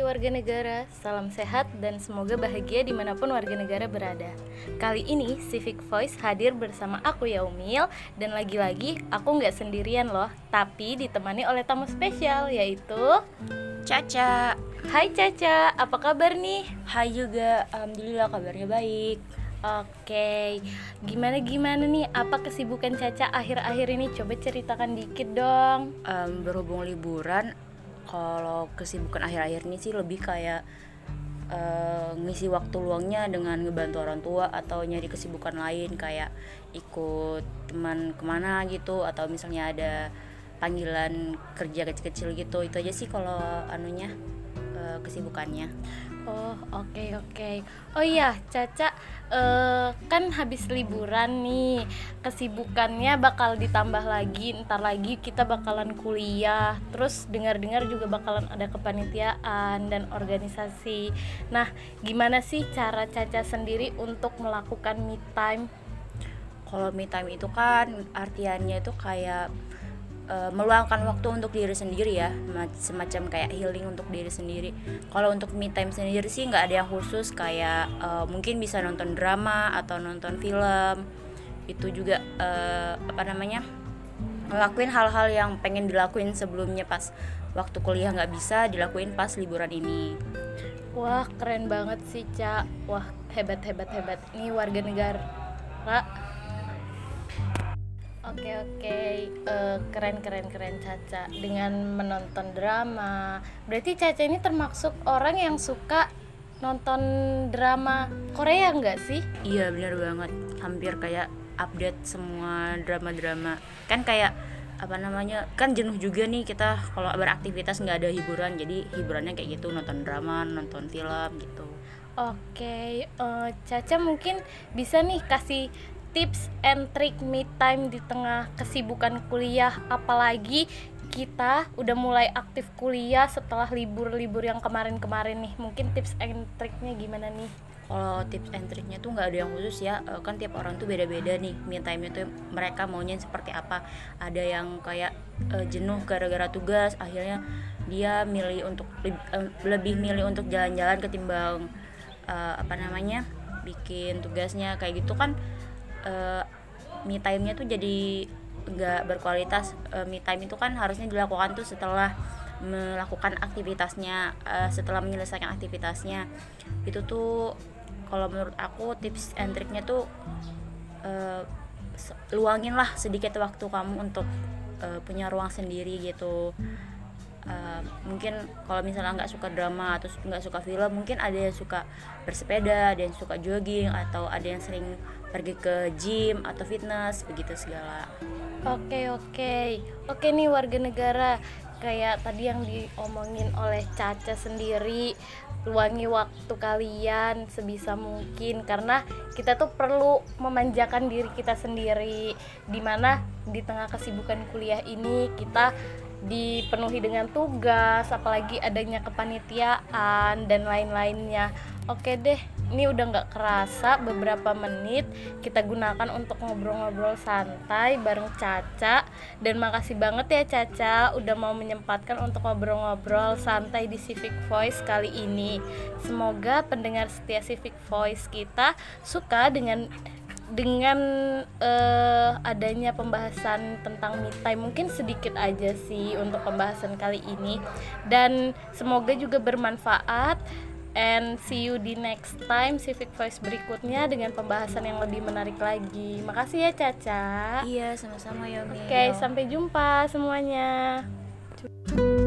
warga negara, salam sehat dan semoga bahagia dimanapun warga negara berada. Kali ini Civic Voice hadir bersama aku Yaumil. Dan lagi-lagi aku nggak sendirian loh, tapi ditemani oleh tamu spesial yaitu Caca. Hai Caca, apa kabar nih? Hai juga, alhamdulillah kabarnya baik. Oke, gimana nih? Apa kesibukan Caca akhir-akhir ini? Coba ceritakan dikit dong. Berhubung liburan, kalau kesibukan akhir-akhir ini sih lebih kayak ngisi waktu luangnya dengan ngebantu orang tua atau nyari kesibukan lain kayak ikut teman kemana gitu, atau misalnya ada panggilan kerja kecil-kecil gitu. Itu aja sih kalau kesibukannya. Oh, oke. Oh iya, Caca, kan habis liburan nih, kesibukannya bakal ditambah lagi. Ntar lagi kita bakalan kuliah, terus dengar-dengar juga bakalan ada kepanitiaan dan organisasi. Nah, gimana sih cara Caca sendiri untuk melakukan me time? Kalau me time itu kan artiannya itu kayak meluangkan waktu untuk diri sendiri ya, semacam kayak healing untuk diri sendiri. Kalau untuk me time sendiri sih nggak ada yang khusus, kayak mungkin bisa nonton drama atau nonton film. Itu juga ngelakuin hal-hal yang pengen dilakuin sebelumnya pas waktu kuliah nggak bisa dilakuin pas liburan ini. Wah, keren banget sih, Ca. Wah, hebat. Ini warga negara. Oke. Keren Caca. Dengan menonton drama, berarti Caca ini termasuk orang yang suka nonton drama Korea nggak sih? Iya benar banget, hampir kayak update semua drama-drama. Kan kayak kan jenuh juga nih kita kalau beraktivitas nggak ada hiburan, jadi hiburannya kayak gitu, nonton drama, nonton film gitu. Oke, Caca mungkin bisa nih kasih tips and trick me time di tengah kesibukan kuliah, apalagi kita udah mulai aktif kuliah setelah libur-libur yang kemarin-kemarin nih. Mungkin tips and tricknya gimana nih? Kalau tips and triknya tuh nggak ada yang khusus ya, kan tiap orang tuh beda-beda nih me time itu mereka maunya seperti apa. Ada yang kayak jenuh gara-gara tugas, akhirnya dia lebih milih untuk jalan-jalan ketimbang bikin tugasnya. Kayak gitu kan me time-nya tuh jadi nggak berkualitas. Me time itu kan harusnya dilakukan tuh setelah melakukan aktivitasnya, setelah menyelesaikan aktivitasnya. Itu tuh kalau menurut aku tips and triknya tuh luangin lah sedikit waktu kamu untuk punya ruang sendiri gitu. Mungkin kalau misalnya nggak suka drama atau nggak suka film, mungkin ada yang suka bersepeda, ada yang suka jogging, atau ada yang sering pergi ke gym atau fitness, begitu segala. Oke nih warga negara, kayak tadi yang diomongin oleh Caca sendiri, luangi waktu kalian sebisa mungkin, karena kita tuh perlu memanjakan diri kita sendiri, dimana di tengah kesibukan kuliah ini kita dipenuhi dengan tugas, apalagi adanya kepanitiaan dan lain-lainnya. Oke deh, ini udah gak kerasa beberapa menit kita gunakan untuk ngobrol-ngobrol santai bareng Caca. Dan makasih banget ya Caca udah mau menyempatkan untuk ngobrol-ngobrol santai di Civic Voice kali ini. Semoga pendengar setia Civic Voice kita suka dengan adanya pembahasan tentang me time. Mungkin sedikit aja sih untuk pembahasan kali ini, dan semoga juga bermanfaat. And see you di next time Civic Voice berikutnya dengan pembahasan yang lebih menarik lagi. Makasih ya Caca. Iya, sama-sama ya. Oke, sampai jumpa semuanya.